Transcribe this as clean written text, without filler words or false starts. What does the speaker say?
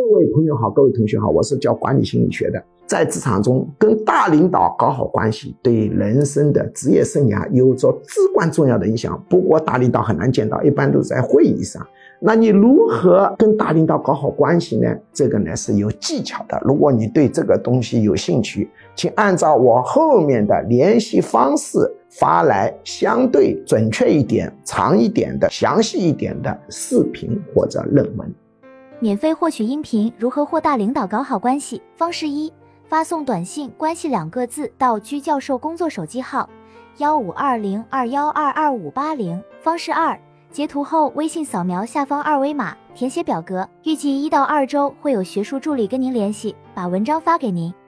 位朋友好，各位同学好，我是教管理心理学的。在职场中跟大领导搞好关系，对人生的职业生涯有着至关重要的影响。不过大领导很难见到，一般都在会议上。那你如何跟大领导搞好关系呢？这个呢是有技巧的。如果你对这个东西有兴趣，请按照我后面的联系方式发来相对准确一点、长一点的、详细一点的视频或者论文。 免费获取音频，如何和大领导搞好关系？方式一，发送短信关系2个字到居教授工作手机号152021222580。方式二，截图后微信扫描下方2维码，填写表格，预计1到2周会有学术助理跟您联系，把文章发给您。